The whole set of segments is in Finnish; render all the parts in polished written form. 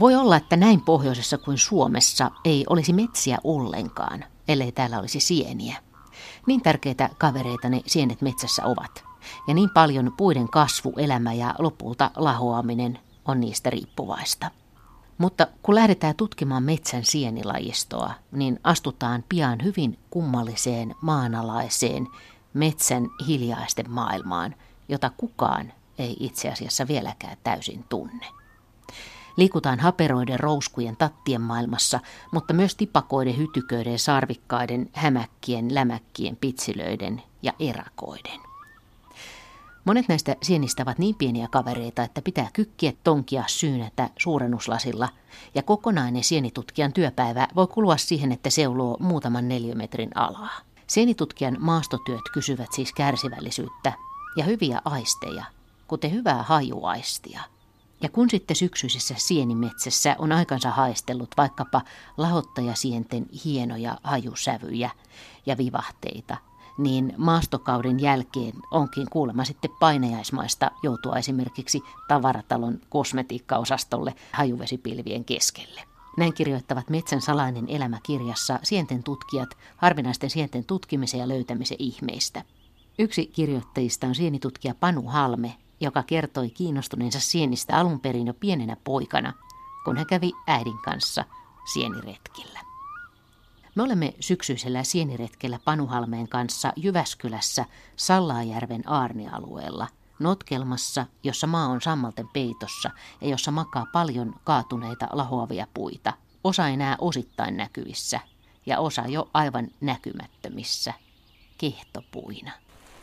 Voi olla, että näin pohjoisessa kuin Suomessa ei olisi metsiä ollenkaan, ellei täällä olisi sieniä. Niin tärkeitä kavereita ne sienet metsässä ovat. Ja niin paljon puiden kasvu, elämä ja lopulta lahoaminen on niistä riippuvaista. Mutta kun lähdetään tutkimaan metsän sienilajistoa, niin astutaan pian hyvin kummalliseen maanalaiseen metsän hiljaisten maailmaan, jota kukaan ei itse asiassa vieläkään täysin tunne. Liikutaan haperoiden, rouskujen, tattien maailmassa, mutta myös tipakoiden, hytyköiden, sarvikkaiden, hämäkkien, lämäkkien, pitsilöiden ja erakoiden. Monet näistä sienistä ovat niin pieniä kavereita, että pitää kykkiä, tonkia, syynätä suurennuslasilla, ja kokonainen sienitutkijan työpäivä voi kulua siihen, että seuloo muutaman neliömetrin alaa. Sienitutkijan maastotyöt kysyvät siis kärsivällisyyttä ja hyviä aisteja, kuten hyvää hajuaistia. Ja kun sitten syksyisessä sienimetsässä on aikansa haistellut vaikkapa lahottajasienten hienoja hajusävyjä ja vivahteita, niin maastokauden jälkeen onkin kuulemma sitten painajaismaista joutua esimerkiksi tavaratalon kosmetiikkaosastolle hajuvesipilvien keskelle. Näin kirjoittavat Metsän salainen elämä -kirjassa sienten tutkijat harvinaisten sienten tutkimisen ja löytämisen ihmeistä. Yksi kirjoittajista on sienitutkija Panu Halme, joka kertoi kiinnostuneensa sienistä alun perin jo pienenä poikana, kun hän kävi äidin kanssa sieniretkillä. Me olemme syksyisellä sieniretkellä Panu Halmeen kanssa Jyväskylässä Sallaajärven aarnialueella, notkelmassa, jossa maa on sammalten peitossa ja jossa makaa paljon kaatuneita lahoavia puita, osa enää osittain näkyvissä ja osa jo aivan näkymättömissä, kehtopuina.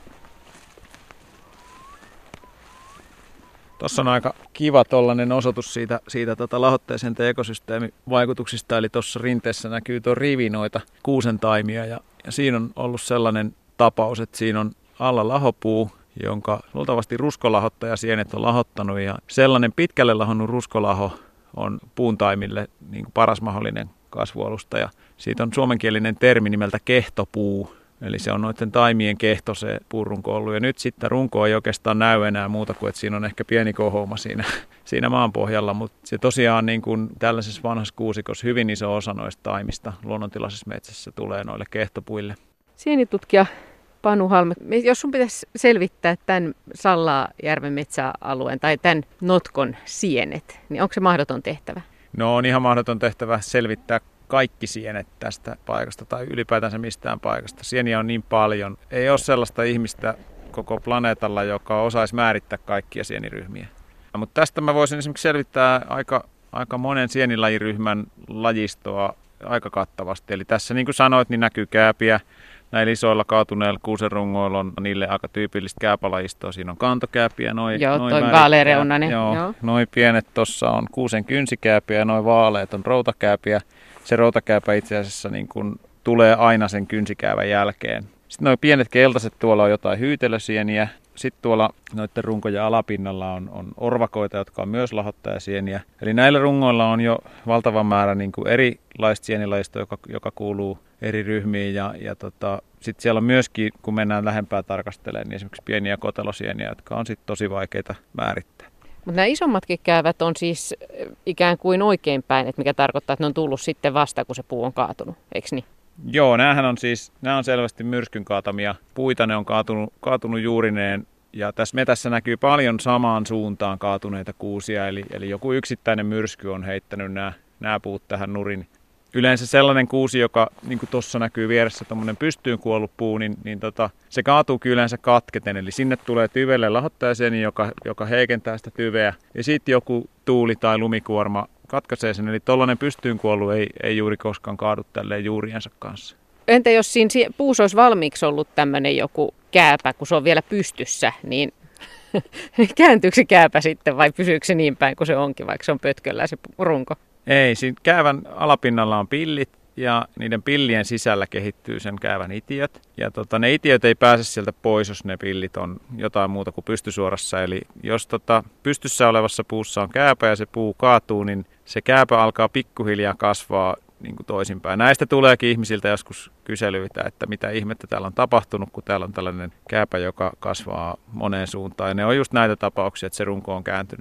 Tuossa on aika kiva tollainen osoitus siitä lahotteisen ekosysteemivaikutuksista, eli tuossa rinteessä näkyy tuo rivi noita kuusentaimia, ja siinä on ollut sellainen tapaus, että siinä on alla lahopuu, jonka luultavasti ruskolahottajasienet on lahottanut, ja sellainen pitkälle lahonnut ruskolaho on puuntaimille niin kuin paras mahdollinen kasvualusta, ja siitä on suomenkielinen termi nimeltä kehtopuu. Eli se on noiden taimien kehto se puurunko ollut. Ja nyt sitten runko ei oikeastaan näy enää muuta kuin, että siinä on ehkä pieni kohouma siinä maanpohjalla. Mutta se tosiaan niin kuin tällaisessa vanhassa kuusikossa hyvin iso osa noista taimista luonnontilaisessa metsässä tulee noille kehtopuille. Sienitutkija Panu Halme, jos sun pitäisi selvittää tämän Sallaajärven metsäalueen tai tämän notkon sienet, niin onko se mahdoton tehtävä? No on ihan mahdoton tehtävä selvittää kaikki sienet tästä paikasta tai ylipäätänsä mistään paikasta. Sieniä on niin paljon. Ei ole sellaista ihmistä koko planeetalla, joka osaisi määrittää kaikkia sieniryhmiä. Mutta tästä mä voisin esimerkiksi selvittää aika monen sienilajiryhmän lajistoa aika kattavasti. Eli tässä niin kuin sanoit, niin näkyy kääpiä. Näillä isoilla kaatuneilla kuusenrungoilla on niille aika tyypillistä kääpälajistoa. Siinä on kantokääpiä. Toi vaaleareunainen. Joo. Noi pienet tuossa on kuusen kynsikääpiä ja noi vaaleet on routakääpiä. Se routakääpä itse asiassa niin kuin tulee aina sen kynsikäävän jälkeen. Sitten nuo pienet keltaiset tuolla on jotain hyytelösieniä. Sitten tuolla noiden runkojen alapinnalla on orvakoita, jotka on myös lahottajasieniä. Eli näillä rungoilla on jo valtava määrä niin kuin erilaista sienilajista, joka kuuluu eri ryhmiin. Sitten siellä on myöskin, kun mennään lähempää tarkastelemaan, niin esimerkiksi pieniä kotelosieniä, jotka on sitten tosi vaikeita määrittää. Mutta nämä isommatkin käyvät on siis ikään kuin oikeinpäin, että mikä tarkoittaa, että ne on tullut sitten vasta, kun se puu on kaatunut, eikö niin? Joo, nämä on selvästi myrskyn kaatamia puita, ne on kaatunut juurineen. Ja tässä metässä näkyy paljon samaan suuntaan kaatuneita kuusia, eli joku yksittäinen myrsky on heittänyt nämä puut tähän nurin. Yleensä sellainen kuusi, joka niin kuin tuossa näkyy vieressä, tuommoinen pystyyn kuollut puu, niin se kaatuu yleensä katketen. Eli sinne tulee tyvelle lahottajasieni, joka heikentää sitä tyveä. Ja sitten joku tuuli tai lumikuorma katkaisee sen. Eli tuollainen pystyyn kuollut ei juuri koskaan kaadu tälleen juuriensa kanssa. Entä jos siinä puussa olisi valmiiksi ollut tämmöinen joku kääpä, kun se on vielä pystyssä, niin kääntyykö se kääpä sitten vai pysyykö se niin päin kuin se onkin, vaikka se on pötköllään se runko? Ei, siinä käävän alapinnalla on pillit ja niiden pillien sisällä kehittyy sen käävän itiöt. Ja ne itiöt ei pääse sieltä pois, jos ne pillit on jotain muuta kuin pystysuorassa. Eli jos pystyssä olevassa puussa on kääpä ja se puu kaatuu, niin se kääpä alkaa pikkuhiljaa kasvaa niin kuin toisinpäin. Näistä tuleekin ihmisiltä joskus kyselyitä, että mitä ihmettä täällä on tapahtunut, kun täällä on tällainen kääpä, joka kasvaa moneen suuntaan. Ja ne on just näitä tapauksia, että se runko on kääntynyt.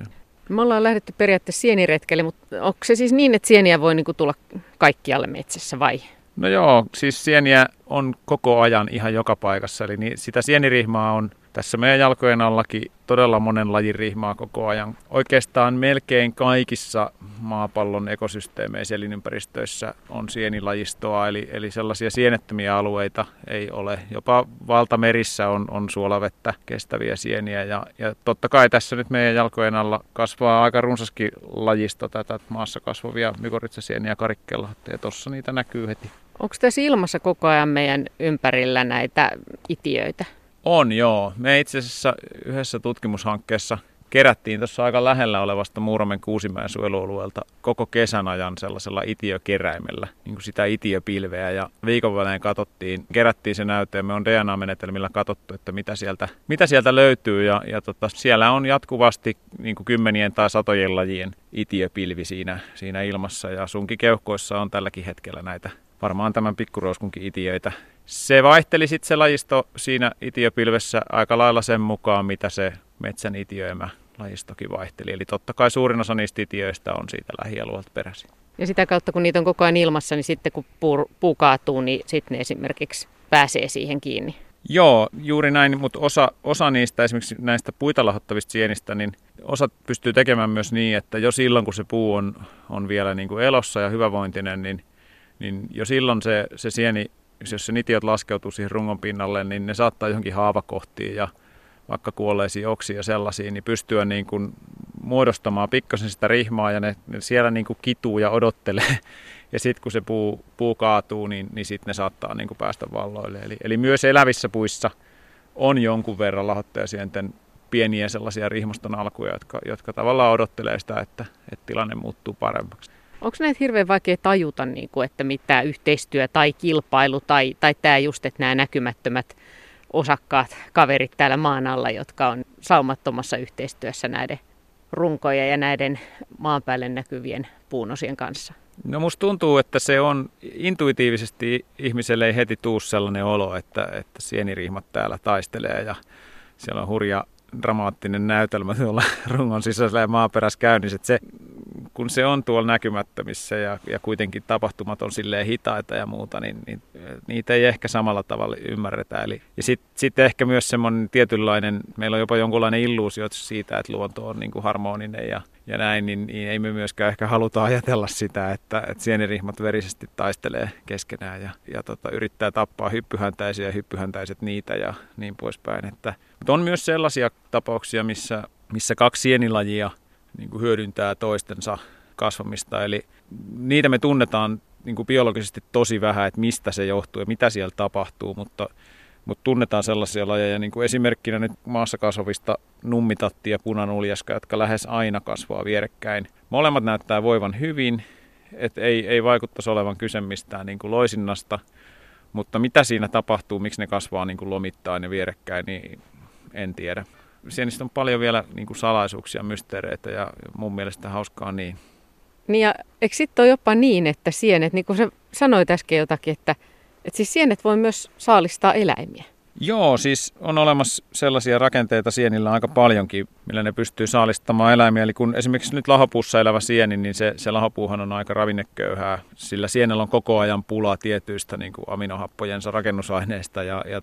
Me ollaan lähdetty periaatteessa sieniretkelle, mutta onko se siis niin, että sieniä voi niinku tulla kaikkialle metsässä vai? No joo, siis sieniä on koko ajan ihan joka paikassa, eli sitä sienirihmaa on tässä meidän jalkojen allakin todella monen lajin rihmaa koko ajan. Oikeastaan melkein kaikissa maapallon ekosysteemeissä elinympäristöissä on sienilajistoa, eli sellaisia sienettömiä alueita ei ole. Jopa valtamerissä on suolavettä kestäviä sieniä ja totta kai tässä nyt meidän jalkojen alla kasvaa aika runsaskin lajisto tätä maassa kasvavia mykorrhizasieniä, karikkeelahtia ja tuossa niitä näkyy heti. Onko tässä ilmassa koko ajan meidän ympärillä näitä itiöitä? On joo. Me itse asiassa yhdessä tutkimushankkeessa kerättiin tuossa aika lähellä olevasta Muuramen Kuusimäen suojelualueelta koko kesän ajan sellaisella itiökeräimellä, niin kuin sitä itiöpilveä. Ja viikon välein kerättiin se näyte ja me on DNA-menetelmillä katsottu, että mitä sieltä löytyy. Ja siellä on jatkuvasti niin kuin kymmenien tai satojen lajien itiöpilvi siinä ilmassa ja sunkin keuhkoissa on tälläkin hetkellä näitä. Varmaan tämän pikkurouskunkin itiöitä. Se vaihteli sitten se lajisto siinä itiöpilvessä aika lailla sen mukaan, mitä se metsän itiöimä lajistokin vaihteli. Eli totta kai suurin osa niistä itiöistä on siitä lähialueelta peräisin. Ja sitä kautta, kun niitä on koko ajan ilmassa, niin sitten kun puu kaatuu, niin sitten ne esimerkiksi pääsee siihen kiinni. Joo, juuri näin, mutta osa niistä, esimerkiksi näistä puita lahottavista sienistä, niin osa pystyy tekemään myös niin, että jo silloin, kun se puu on vielä niin kuin elossa ja hyvävointinen, niin jo silloin se sieni, jos se itiöt laskeutuu siihen rungon pinnalle, niin ne saattaa johonkin haavakohtiin ja vaikka kuolleisiin oksiin ja sellaisiin, niin pystyä niin kuin muodostamaan pikkasen sitä rihmaa ja ne siellä niin kuin kituu ja odottelee. Ja sitten kun se puu kaatuu, niin sitten ne saattaa niin kuin päästä valloille. Eli myös elävissä puissa on jonkun verran lahottajasienten pieniä sellaisia rihmaston alkuja, jotka tavallaan odottelee sitä, että tilanne muuttuu paremmaksi. Onko näitä hirveän vaikea tajuta, niin kuin, että mitä yhteistyö tai kilpailu tai tämä just, että nämä näkymättömät osakkaat, kaverit täällä maan alla, jotka on saumattomassa yhteistyössä näiden runkojen ja näiden maan päälle näkyvien puunosien kanssa? No musta tuntuu, että se on intuitiivisesti ihmiselle ei heti tuu sellainen olo, että sienirihmat täällä taistelee ja siellä on hurja dramaattinen näytelmä tuolla rungon sisällä ja maaperässä käynnissä. Kun se on tuolla näkymättömissä ja kuitenkin tapahtumat on silleen hitaita ja muuta, niin niitä ei ehkä samalla tavalla ymmärretä. Ja sitten ehkä myös semmoinen tietynlainen, meillä on jopa jonkunlainen illuusio siitä, että luonto on niin kuin harmoninen ja näin, niin ei me myöskään ehkä haluta ajatella sitä, että sienirihmat verisesti taistelee keskenään ja yrittää tappaa hyppyhäntäisiä ja hyppyhäntäiset niitä ja niin poispäin. Mutta on myös sellaisia tapauksia, missä kaksi sienilajia niin kuin hyödyntää toistensa kasvamista. Eli niitä me tunnetaan niin kuin biologisesti tosi vähän, että mistä se johtuu ja mitä siellä tapahtuu, mutta tunnetaan sellaisia lajeja, niin kuin esimerkkinä nyt maassa kasvavista nummitatti ja punanuljaska, jotka lähes aina kasvaa vierekkäin. Molemmat näyttää voivan hyvin, että ei vaikuttaisi olevan kyse mistään niin kuin loisinnasta, mutta mitä siinä tapahtuu, miksi ne kasvaa niin kuin lomittain ja vierekkäin, niin en tiedä. Sienistä on paljon vielä niin kuin salaisuuksia, mysteereitä ja mun mielestä hauskaa niin. Niin ja eikö sitten ole jopa niin, että sienet, niin kuin sä sanoit äsken jotakin, että siis sienet voi myös saalistaa eläimiä? Joo, siis on olemassa sellaisia rakenteita sienillä aika paljonkin, millä ne pystyy saalistamaan eläimiä. Eli kun esimerkiksi nyt lahopuussa elävä sieni, niin se lahopuuhan on aika ravinneköyhää, sillä sienellä on koko ajan pulaa tietyistä niin kuin aminohappojensa rakennusaineista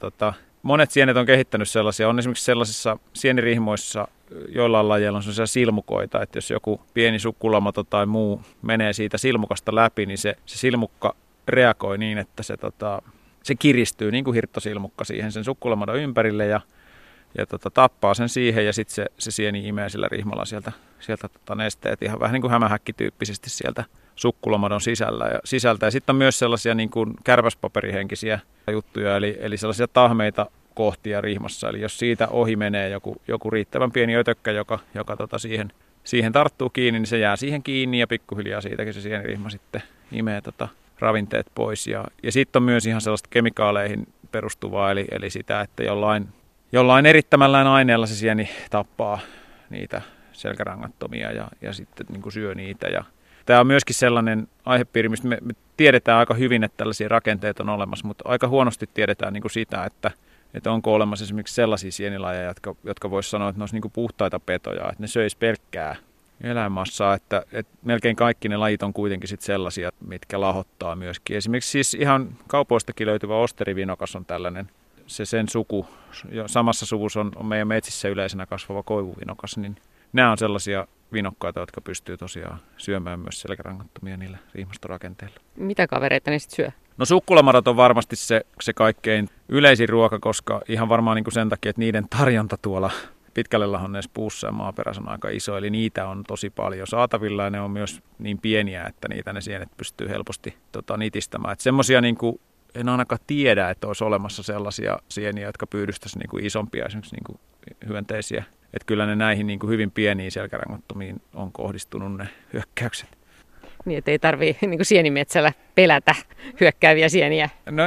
monet sienet on kehittänyt sellaisia. On esimerkiksi sellaisissa sienirihmoissa, joillain lajeilla on sellaisia silmukoita, että jos joku pieni sukkulamato tai muu menee siitä silmukasta läpi, niin se silmukka reagoi niin, että se kiristyy niin kuin hirttosilmukka siihen sen sukkulamadon ympärille ja tappaa sen siihen ja sitten se sieni imee sillä rihmalla sieltä nesteet ihan vähän niin kuin hämähäkkityyppisesti sieltä sukkulamadon sisältä. Ja sitten on myös sellaisia niin kuin kärpäspaperihenkisiä juttuja, eli sellaisia tahmeita kohtia rihmassa. Eli jos siitä ohi menee joku riittävän pieni ötökkä, joka siihen tarttuu kiinni, niin se jää siihen kiinni ja pikkuhiljaa siitäkin se sienirihma sitten imee ravinteet pois. Ja sitten on myös ihan sellaista kemikaaleihin perustuvaa, eli sitä, että jollain erittämällään aineella se sieni tappaa niitä selkärangattomia ja sitten niin kuin syö niitä. Ja tämä on myöskin sellainen aihepiiri, mistä me tiedetään aika hyvin, että tällaisia rakenteita on olemassa, mutta aika huonosti tiedetään niin kuin sitä, että onko olemassa esimerkiksi sellaisia sienilajeja, jotka voisi sanoa, että ne olisi niin kuin puhtaita petoja, että ne söisi pelkkää eläinmassaa, että melkein kaikki ne lajit on kuitenkin sit sellaisia, mitkä lahottaa myöskin. Esimerkiksi siis ihan kaupoistakin löytyvä osterivinokas on tällainen, sen suku, samassa suvussa on meidän metsissä yleisenä kasvava koivuvinokas, niin nämä on sellaisia vinokkaita, jotka pystyy tosiaan syömään myös selkärangattomia niillä riimastorakenteilla. Mitä kavereita ne sitten syö? No sukkulamadot on varmasti se kaikkein yleisin ruoka, koska ihan varmaan niin kuin sen takia, että niiden tarjonta tuolla pitkälle lahonneessa puussa ja maaperässä on aika iso, eli niitä on tosi paljon saatavilla ja ne on myös niin pieniä, että niitä ne sienet pystyy helposti nitistämään. Että semmoisia niin kuin en ainakaan tiedä, että olisi olemassa sellaisia sieniä, jotka pyydystäisi niin kuin isompia esimerkiksi niin kuin hyönteisiä. Että kyllä ne näihin niin kuin hyvin pieniin selkärangattomiin on kohdistunut ne hyökkäykset. Niin, että ei tarvitse niin kuin sienimetsällä pelätä hyökkääviä sieniä. No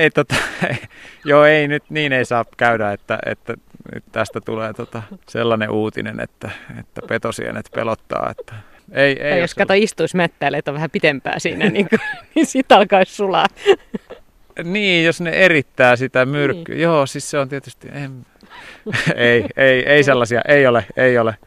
ei nyt niin ei saa käydä, että nyt tästä tulee sellainen uutinen, että petosienet pelottaa. Että tai jos istuisi mättäille, että on vähän pitempää siinä, niin siitä alkaisi sulaa. Niin, jos ne erittää sitä myrkkyä. Niin. Joo, siis se on tietysti... Ei sellaisia, ei ole.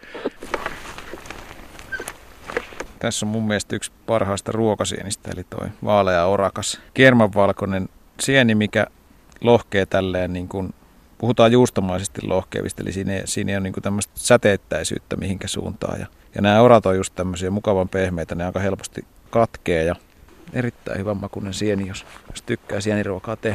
Tässä on mun mielestä yksi parhaista ruokasienistä, eli toi vaalea orakas. Kermanvalkoinen sieni, mikä lohkee tälleen, niin kuin, puhutaan juustomaisesti lohkeavista, eli siinä on niin kuin tämmöistä säteittäisyyttä mihinkä suuntaan. Ja nämä orat on just tämmöisiä mukavan pehmeitä, ne aika helposti katkee ja erittäin hyvän makuinen sieni, jos tykkää sieniruokaa tehdä.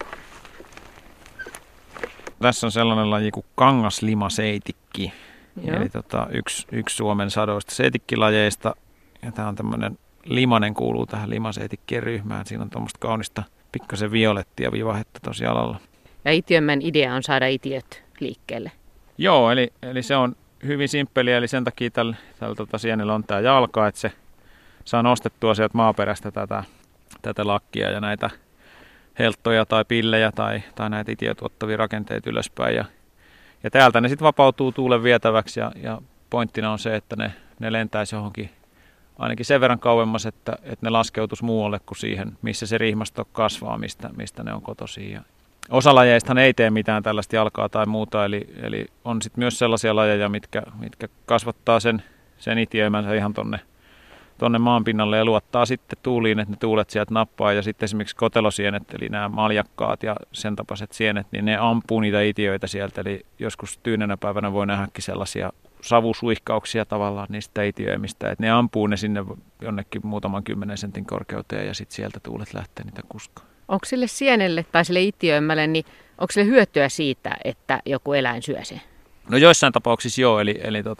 Tässä on sellainen laji kuin kangaslimaseitikki, eli yksi Suomen sadoista seitikkilajeista. Ja tämä on tämmöinen limanen, kuuluu tähän limaseitikkien ryhmään. Siinä on tuommoista kaunista pikkasen violettia vivahetta tosi alalla. Ja itiömmän idea on saada itiöt liikkeelle. Joo, eli se on hyvin simppeliä, eli sen takia tällä sienellä on tämä jalka, että se saa nostettua sieltä maaperästä tätä lakkia ja näitä helttoja tai pillejä tai näitä itiötuottavia rakenteita ylöspäin. Ja täältä ne sitten vapautuu tuulen vietäväksi ja pointtina on se, että ne lentäisi johonkin ainakin sen verran kauemmas, että ne laskeutuisi muualle kuin siihen, missä se rihmasto kasvaa, mistä ne on kotoisin. Osa lajeistahan ei tee mitään tällaista jalkaa tai muuta, eli on sitten myös sellaisia lajeja, mitkä kasvattaa sen itiöimänsä ihan tonne maanpinnalle ja luottaa sitten tuuliin, että ne tuulet sieltä nappaa. Ja sitten esimerkiksi kotelosienet, eli nämä maljakkaat ja sen tapaiset sienet, niin ne ampuu niitä itiöitä sieltä. Eli joskus tyynenä päivänä voi nähdäkin sellaisia savusuihkauksia tavallaan niistä itiöimistä, että ne ampuu ne sinne jonnekin muutaman 10 sentin korkeuteen ja sitten sieltä tuulet lähtee niitä kuskaan. Onko sille sienelle tai sille itiöimälle, niin onko sille hyötyä siitä, että joku eläin syö sen? No joissain tapauksissa joo, eli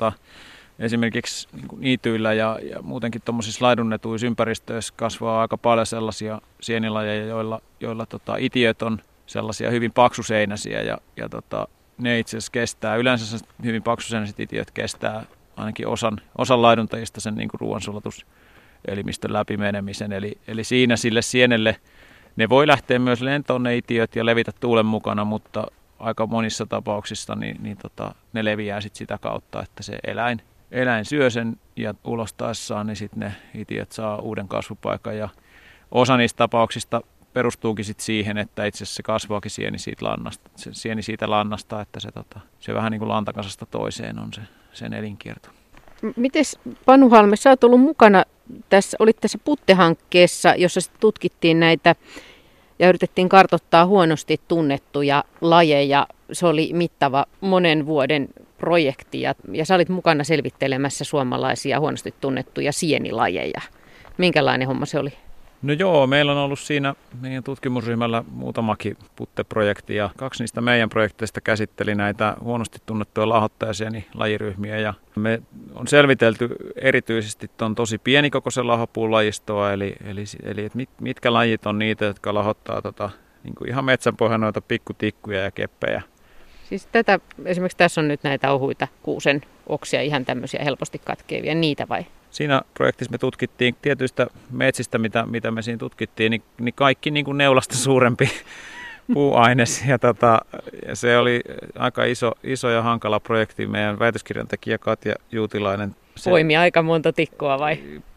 esimerkiksi niin niityillä ja muutenkin tuommoisissa laidunnetuissa ympäristöissä kasvaa aika paljon sellaisia sienilajeja, joilla itiöt on sellaisia hyvin paksuseinäisiä ja ne itse asiassa kestää. Yleensä hyvin paksuseinäiset itiöt kestää ainakin osan laiduntajista sen niin kuin ruoansulatus-elimistön läpimenemisen. Eli siinä sille sienelle ne voi lähteä myös lentoon ne itiöt ja levitä tuulen mukana, mutta aika monissa tapauksissa ne leviää sit sitä kautta, että se eläin syö sen ja ulostaessaan, niin sitten ne itiöt saa uuden kasvupaikan. Ja osa niistä tapauksista perustuukin sit siihen, että itse asiassa se kasvaakin sieni siitä lannasta, että se vähän niin kuin lantakasasta toiseen on sen elinkierto. Mites Panu Halme, sä oot ollut mukana olit tässä Putte-hankkeessa, jossa tutkittiin näitä ja yritettiin kartoittaa huonosti tunnettuja lajeja. Se oli mittava monen vuoden projekti ja sä olit mukana selvittelemässä suomalaisia huonosti tunnettuja sienilajeja. Minkälainen homma se oli? No joo, meillä on ollut siinä meidän tutkimusryhmällä muutamakin Putte-projekti ja 2 niistä meidän projekteista käsitteli näitä huonosti tunnettuja lahottajasienilajiryhmiä ja me on selvitelty erityisesti tuon tosi pienikokoisen lahopuun lajistoa, eli että mitkä lajit on niitä, jotka lahottaa niin kuin ihan metsänpohjan noita pikkutikkuja ja keppejä. Siis esimerkiksi tässä on nyt näitä ohuita kuusen oksia, ihan tämmöisiä helposti katkeavia, niitä vai? Siinä projektissa me tutkittiin tietyistä metsistä, mitä me siinä tutkittiin, niin kaikki niin kuin neulasta suurempi puuaines. Ja se oli aika iso ja hankala projekti. Meidän väitöskirjan tekijä Katja Juutilainen. Poimi aika monta tikkua vai?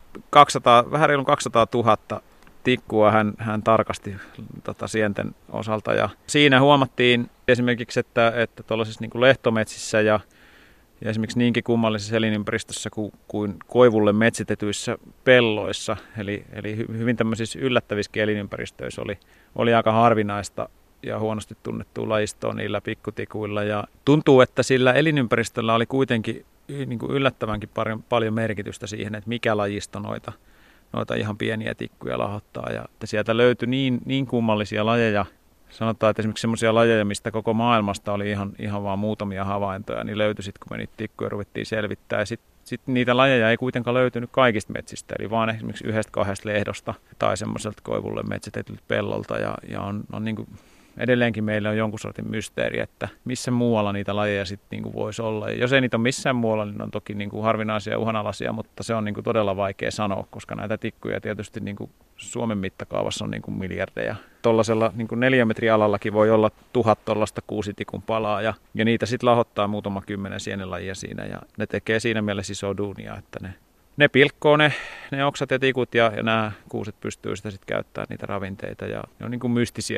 Vähän reilun 200 000 tikkua hän tarkasti sienten osalta. Ja siinä huomattiin esimerkiksi, että tuollaisissa niin kuin lehtometsissä ja Ja esimerkiksi niinkin kummallisessa elinympäristössä kuin koivulle metsitetyissä pelloissa, eli hyvin tämmöisissä yllättävissä elinympäristöissä oli aika harvinaista ja huonosti tunnettua lajistoa niillä pikkutikuilla. Ja tuntuu, että sillä elinympäristöllä oli kuitenkin niin kuin yllättävänkin paljon merkitystä siihen, että mikä lajisto noita ihan pieniä tikkuja lahottaa. Ja että sieltä löytyi niin kummallisia lajeja. Sanotaan, että esimerkiksi semmoisia lajeja, mistä koko maailmasta oli ihan vaan muutamia havaintoja, niin löytyi sitten, kun me niitä tikkuja ruvettiin selvittää. Ja sitten niitä lajeja ei kuitenkaan löytynyt kaikista metsistä, eli vaan esimerkiksi 1-2 lehdosta tai semmoiselta koivulle metsitetyltä pellolta. Ja on niin kuin, edelleenkin meillä on jonkun sortin mysteeri, että missä muualla niitä lajeja sitten niin kuin voisi olla. Ja jos ei niitä ole missään muualla, niin ne on toki niin kuin harvinaisia ja uhanalaisia, mutta se on niin kuin todella vaikea sanoa, koska näitä tikkuja tietysti niin kuin Suomen mittakaavassa on niin kuin miljardeja. Tuollaisella niin kuin 4 metrin alallakin voi olla 1000 tuollaista kuusitikun palaa ja niitä sitten lahottaa muutama 10 sienilajia siinä ja ne tekee siinä mielessä isoa duunia, että ne pilkkoo ne oksat ja tikut ja nämä kuuset pystyy sitä sitten käyttämään niitä ravinteita ja ne on niin kuin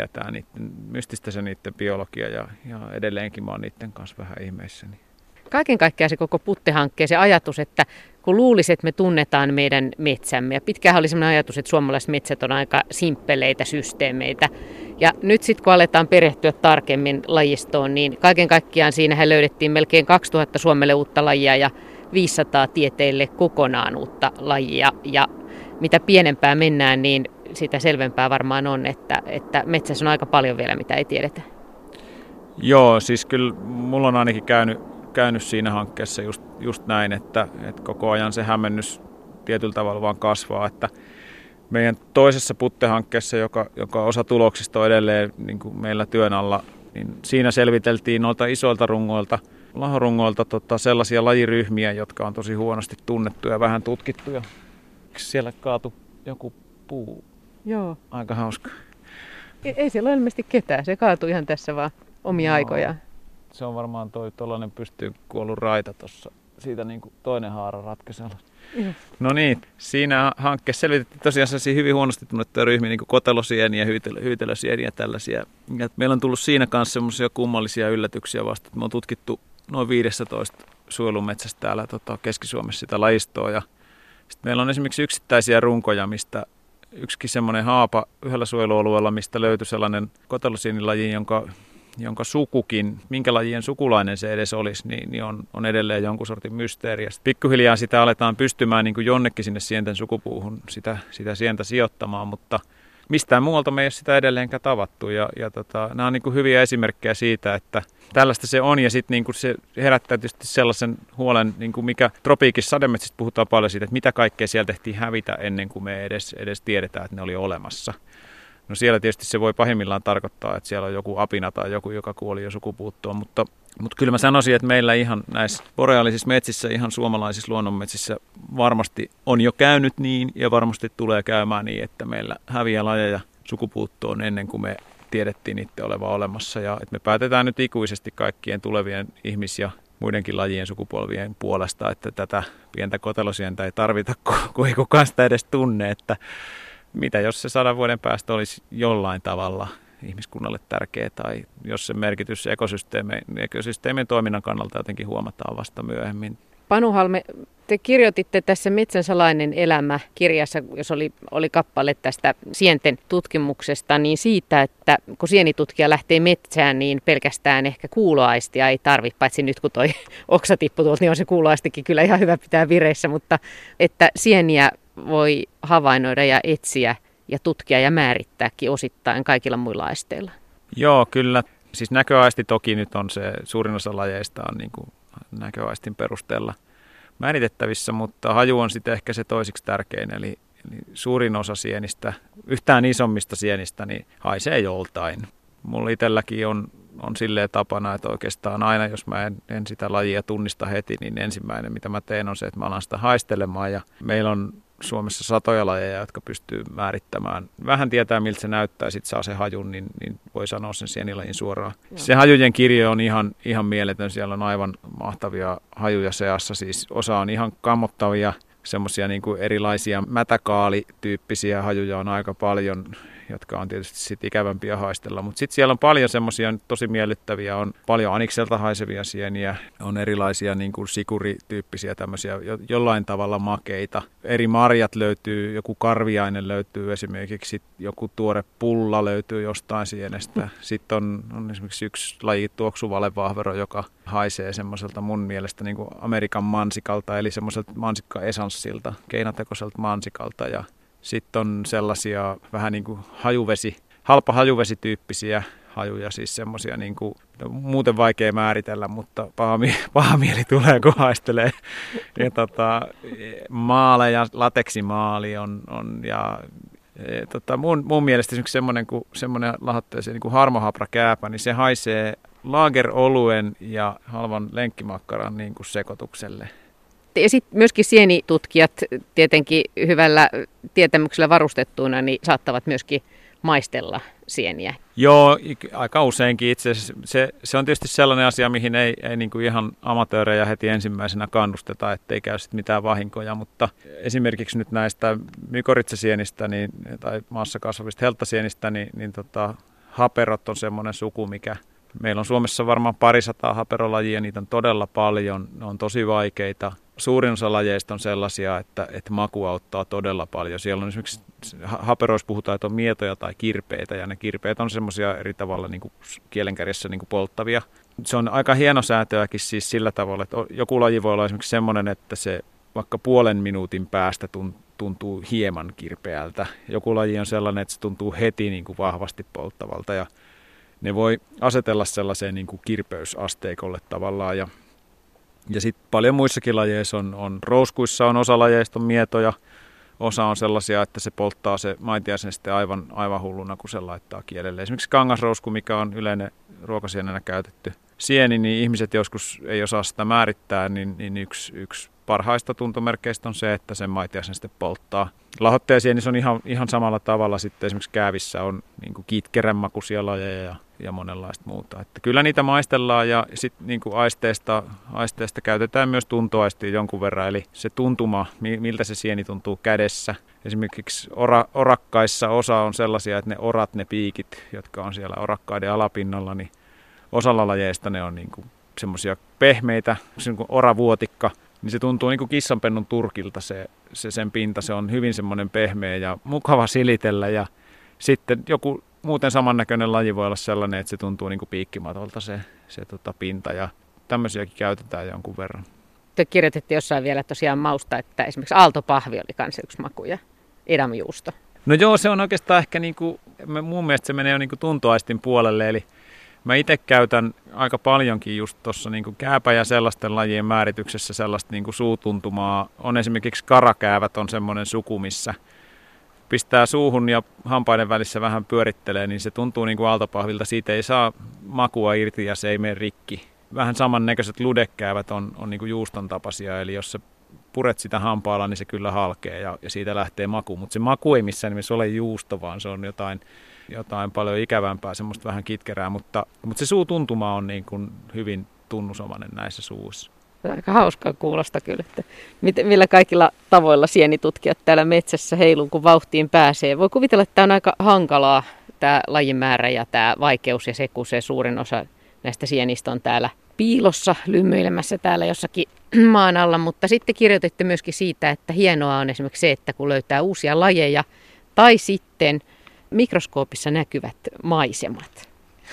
mystistä se niiden biologia ja edelleenkin mä oon niiden kanssa vähän ihmeissäni. Kaiken kaikkiaan se koko Putte-hankkeen se ajatus, että kun luulisi, että me tunnetaan meidän metsämme. Ja pitkään oli sellainen ajatus, että suomalaiset metsät on aika simppeleitä systeemeitä. Ja nyt sitten kun aletaan perehtyä tarkemmin lajistoon, niin kaiken kaikkiaan siinähän löydettiin melkein 2000 Suomelle uutta lajia ja 500 tieteille kokonaan uutta lajia. Ja mitä pienempää mennään, niin sitä selvempää varmaan on, että metsässä on aika paljon vielä, mitä ei tiedetä. Joo, siis kyllä mulla on ainakin käynyt siinä hankkeessa just näin, että koko ajan se hämmennys tietyllä tavalla vaan kasvaa, että meidän toisessa Putte-hankkeessa, joka osa tuloksista on edelleen niin kuin meillä työn alla, niin siinä selviteltiin noilta isoilta lahorungoilta sellaisia lajiryhmiä, jotka on tosi huonosti tunnettuja ja vähän tutkittuja. Siellä kaatui joku puu. Joo. Aika hauska. Ei siellä ole ilmeisesti ketään, se kaatui ihan tässä vaan omia aikojaan. Se on varmaan tuollainen pystyyn kuollut raita tuossa. Siitä niin kuin toinen haara ratkaisi. No niin, siinä hankkeessa selvitettiin tosiaan sellaisia hyvin huonosti tunnettuja ryhmiä, niin kuin kotelosieniä, hyytelösieniä ja tällaisia. Ja meillä on tullut siinä kanssa semmoisia kummallisia yllätyksiä vasta. Me on tutkittu noin 15 suojelumetsästä täällä Keski-Suomessa sitä lajistoa. Ja sitten meillä on esimerkiksi yksittäisiä runkoja, mistä yksikin semmoinen haapa yhdellä suojelualueella, mistä löytyi sellainen kotelosienilaji, jonka sukukin, minkä lajien sukulainen se edes olisi, niin on edelleen jonkun sortin mysteeri. Ja pikkuhiljaa sitä aletaan pystymään niin kuin jonnekin sinne sienten sukupuuhun sitä sientä sijoittamaan, mutta mistään muualta me ei ole sitä edelleenkään tavattu. Ja nämä on niin kuin hyviä esimerkkejä siitä, että tällaista se on ja sitten niin kuin se herättää tietysti sellaisen huolen, niin kuin mikä tropiikissa sademetsistä puhutaan paljon siitä, että mitä kaikkea siellä tehtiin hävitä ennen kuin me edes tiedetään, että ne oli olemassa. No siellä tietysti se voi pahimmillaan tarkoittaa, että siellä on joku apina tai joku, joka kuoli jo sukupuuttoon, mutta kyllä mä sanoisin, että meillä ihan näissä boreaalisissa metsissä, ihan suomalaisissa luonnonmetsissä varmasti on jo käynyt niin ja varmasti tulee käymään niin, että meillä häviää lajeja sukupuuttoon ennen kuin me tiedettiin niiden olevan olemassa ja että me päätetään nyt ikuisesti kaikkien tulevien ihmis- ja muidenkin lajien sukupolvien puolesta, että tätä pientä kotelosientä ei tarvita, kun ei kukaan sitä edes tunne, että mitä jos se 100 vuoden päästä olisi jollain tavalla ihmiskunnalle tärkeä tai jos se merkitys ekosysteemien toiminnan kannalta jotenkin huomataan vasta myöhemmin. Panu Halme, te kirjoititte tässä Metsän salainen elämä -kirjassa, jos oli kappale tästä sienten tutkimuksesta, niin siitä, että kun sienitutkija lähtee metsään, niin pelkästään ehkä kuuloaistia ei tarvitse, paitsi nyt kun toi oksa tippui tuolta, niin on se kuuloaistikin kyllä ihan hyvä pitää vireissä, mutta että sieniä voi havainnoida ja etsiä ja tutkia ja määrittääkin osittain kaikilla muilla aisteilla. Joo, kyllä. Siis näköaisti toki nyt on se, suurin osa lajeista on niin kuin näköaistin perusteella määritettävissä, mutta haju on sitten ehkä se toisiksi tärkein, eli suurin osa sienistä, yhtään isommista sienistä, niin haisee joltain. Mulla itselläkin on silleen tapana, että oikeastaan aina, jos mä en sitä lajia tunnista heti, niin ensimmäinen, mitä mä teen, on se, että mä alan sitä haistelemaan. Ja meillä on Suomessa satoja lajeja, jotka pystyy määrittämään. Vähän tietää, miltä se näyttää, sitten saa se hajun, niin voi sanoa sen sienilajin suoraan. Joo. Se hajujen kirjo on ihan mieletön. Siellä on aivan mahtavia hajuja seassa. Siis osa on ihan kammottavia, semmoisia niin kuin erilaisia mätäkaalityyppisiä hajuja on aika paljon. jotka on tietysti sit ikävämpiä haistella. Mutta sitten siellä on paljon semmoisia tosi miellyttäviä, on paljon anikselta haisevia sieniä, on erilaisia niin kuin sikurityyppisiä tämmöisiä jollain tavalla makeita. Eri marjat löytyy, joku karviainen löytyy esimerkiksi, joku tuore pulla löytyy jostain sienestä. Sitten on esimerkiksi yksi laji tuoksuvalevahvero, joka haisee semmoiselta mun mielestä niin kuin Amerikan mansikalta, eli semmoiselta mansikkaesanssilta, keinotekoiselta mansikalta. Ja sitten on sellaisia vähän niin kuin halpa hajuvesityyppisiä hajuja, siis semmoisia niin kuin, muuten vaikea määritellä, mutta paha mieli tulee, kun haistelee. Ja maaleja, lateksimaali on ja mun mielestä esimerkiksi semmoinen lahotteeseen niin kuin harmohapra kääpä, niin se haisee lageroluen ja halvan lenkkimakkaran niin kuin sekoitukselle. Ja sitten myöskin sienitutkijat tietenkin hyvällä tietämyksellä varustettuina niin saattavat myöskin maistella sieniä. Joo, aika useinkin itse asiassa. Se on tietysti sellainen asia, mihin ei niin kuin ihan amatöörejä heti ensimmäisenä kannusteta, ettei käy sit mitään vahinkoja, mutta esimerkiksi nyt näistä mykorrhizasienistä tai maassa kasvavista helttasienistä, niin haperot on semmoinen suku, mikä meillä on Suomessa varmaan 200 haperolajia, niitä on todella paljon, ne on tosi vaikeita. Suurin osa lajeista on sellaisia, että maku auttaa todella paljon. Siellä on esimerkiksi haperoissa puhutaan, että on mietoja tai kirpeitä, ja ne kirpeät on semmoisia eri tavalla niin kuin kielenkärjessä niin kuin polttavia. Se on aika hienosäätöäkin siis sillä tavalla, että joku laji voi olla esimerkiksi semmoinen, että se vaikka puolen minuutin päästä tuntuu hieman kirpeältä. Joku laji on sellainen, että se tuntuu heti niin kuin vahvasti polttavalta, ja ne voi asetella sellaiseen niin kuin kirpeysasteikolle tavallaan. Ja sitten paljon muissakin lajeissa on rouskuissa on osa lajeista on mietoja, osa on sellaisia, että se polttaa se maitiaisen sitten aivan hulluna, kun se laittaa kielelle. Esimerkiksi kangasrousku, mikä on yleinen ruokasienenä käytetty sieni, niin ihmiset joskus ei osaa sitä määrittää, niin yksi parhaista tuntomerkeistä on se, että sen maitiaisen sitten polttaa. Lahotteesienissä on ihan samalla tavalla sitten esimerkiksi käävissä on niin kuin kitkerän makuisia lajeja ja monenlaista muuta. Että kyllä niitä maistellaan ja sitten niin kuin aisteesta käytetään myös tuntoaistia jonkun verran, eli se tuntuma, miltä se sieni tuntuu kädessä. Esimerkiksi orakkaissa osa on sellaisia, että ne piikit, jotka on siellä orakkaiden alapinnalla, niin osalla lajeista ne on niin kuin semmoisia pehmeitä, se on kuin oravuotikka, niin se tuntuu niin kuin kissanpennun turkilta sen pinta, se on hyvin semmoinen pehmeä ja mukava silitellä ja sitten joku muuten samannäköinen laji voi olla sellainen, että se tuntuu niin kuin piikkimatolta se pinta ja tämmöisiäkin käytetään jonkun verran. Te kirjoititte jossain vielä tosiaan mausta, että esimerkiksi aaltopahvi oli kanssa yksi maku ja edamjuusto. No joo, se on oikeastaan ehkä niin kuin, mun mielestä se menee jo niin kuin tuntoaistin puolelle, eli mä itse käytän aika paljonkin just tuossa niin kuin kääpä- ja sellaisten lajien määrityksessä sellaista niin kuin suutuntumaa. On esimerkiksi karakäävät on semmoinen suku, missä pistää suuhun ja hampaiden välissä vähän pyörittelee, niin se tuntuu niin kuin aaltopahvilta. Siitä ei saa makua irti ja se ei mene rikki. Vähän samannäköiset ludekäävät on niin kuin juuston tapaisia, eli jos sä puret sitä hampaalla, niin se kyllä halkee ja siitä lähtee maku. Mutta se maku ei missään nimessä ole juusto, vaan se on jotain paljon ikävämpää, semmoista vähän kitkerää, mutta se suutuntuma on niin kuin hyvin tunnusomainen näissä suuissa. Aika hauskaa kuulosta kyllä, että millä kaikilla tavoilla sienitutkijat täällä metsässä heiluu, kun vauhtiin pääsee. Voi kuvitella, että tämä on aika hankalaa, tämä lajimäärä ja tämä vaikeus ja se, kun se suurin osa näistä sienistä on täällä piilossa lymyilemässä täällä jossakin maan alla, mutta sitten kirjoititte myöskin siitä, että hienoa on esimerkiksi se, että kun löytää uusia lajeja tai sitten mikroskoopissa näkyvät maisemat.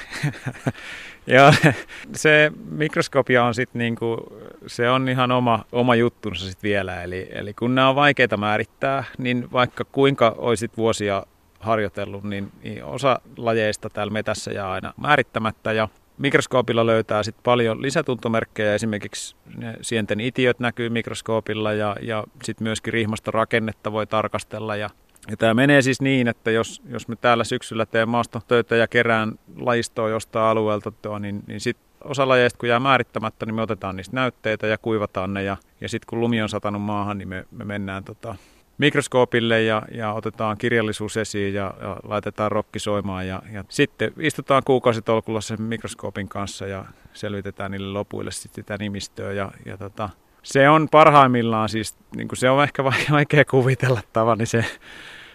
Joo, se mikroskopia on sitten niinku, se on ihan oma juttunsa sitten vielä, eli kun nämä on vaikeita määrittää, niin vaikka kuinka olisit vuosia harjoitellut, niin osa lajeista täällä metässä jää aina määrittämättä ja mikroskoopilla löytää sitten paljon lisätuntomerkkejä, esimerkiksi sienten itiöt näkyy mikroskoopilla ja sitten myöskin rihmastorakennetta voi tarkastella ja tämä menee siis niin, että jos me täällä syksyllä teen maastotöitä ja kerään lajistoa jostain alueelta, niin sitten osa lajeista kun jää määrittämättä, niin me otetaan niistä näytteitä ja kuivataan ne ja sitten kun lumi on satanut maahan, niin me mennään mikroskoopille ja otetaan kirjallisuus esiin ja laitetaan rokki soimaan ja sitten istutaan kuukausitolkulla sen mikroskoopin kanssa ja selvitetään niille lopuille sitten sitä nimistöä ja se on parhaimmillaan siis, niin kuin se on ehkä vaikea kuvitella tavallaan, niin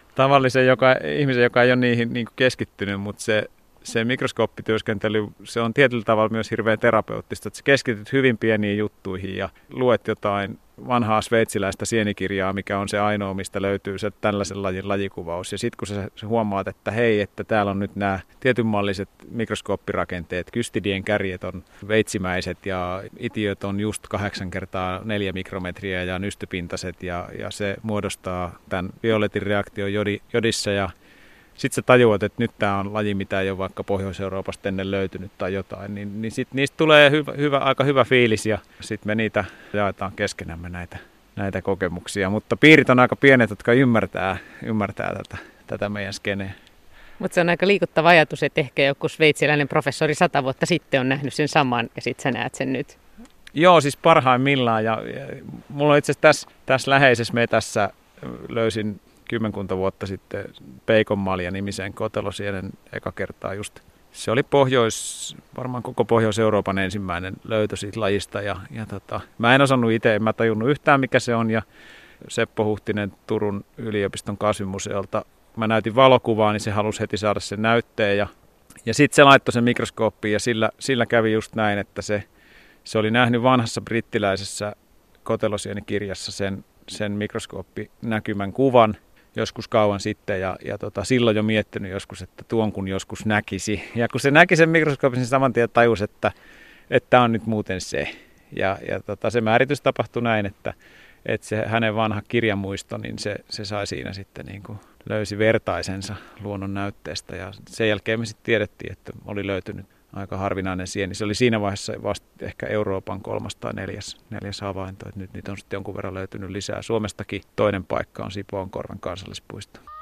tavallisen ihmisen, joka ei ole niihin niin kuin keskittynyt, mutta se mikroskooppityöskentely, se on tietyllä tavalla myös hirveän terapeuttista, että sä keskityt hyvin pieniin juttuihin ja luet jotain vanhaa sveitsiläistä sienikirjaa, mikä on se ainoa, mistä löytyy se tällaisen lajin lajikuvaus. Ja sitten kun sä huomaat, että hei, että täällä on nyt nämä tietynmalliset mikroskooppirakenteet, kystidien kärjet on veitsimäiset ja itiöt on just 8x4 mikrometriä ja nystypintaiset ja se muodostaa tämän violetin reaktion jodissa ja sitten sä tajuat, että nyt tämä on laji, mitä ei ole vaikka Pohjois-Euroopasta ennen löytynyt tai jotain, niin sitten niistä tulee aika hyvä fiilis ja sitten me niitä jaetaan keskenämme näitä kokemuksia. Mutta piirit on aika pienet, jotka ymmärtää tätä meidän skeneä. Mutta se on aika liikuttava ajatus, että ehkä joku sveitsiläinen professori 100 vuotta sitten on nähnyt sen saman ja sitten sä näet sen nyt. Joo, siis parhaimmillaan. Ja mulla on itse asiassa tässä läheisessä metässä löysin 10 vuotta sitten Peikonmalja-nimisen kotelosienen eka kertaa just. Se oli varmaan koko Pohjois-Euroopan ensimmäinen löytö siitä lajista. Mä en osannut itse, en mä tajunnut yhtään mikä se on. Ja Seppo Huhtinen Turun yliopiston kasvimuseolta, mä näytin valokuvaa, niin se halusi heti saada sen näytteen. Ja sitten se laittoi sen mikroskooppiin ja sillä kävi just näin, että se oli nähnyt vanhassa brittiläisessä kotelosienikirjassa sen mikroskooppinäkymän kuvan joskus kauan sitten ja silloin jo miettinyt joskus, että tuon kun joskus näkisi. Ja kun se näki sen mikroskoopin, niin saman tien tajusi, että tämä on nyt muuten se. Ja se määritys tapahtui näin, että se hänen vanha kirjamuisto, niin se sai siinä sitten niin kuin löysi vertaisensa luonnon näytteestä. Ja sen jälkeen me sitten tiedettiin, että oli löytynyt aika harvinainen sieni. Se oli siinä vaiheessa vasta ehkä Euroopan 3. tai 4. havainto. Nyt niitä on sitten jonkun verran löytynyt lisää. Suomestakin toinen paikka on Sipoonkorven kansallispuisto.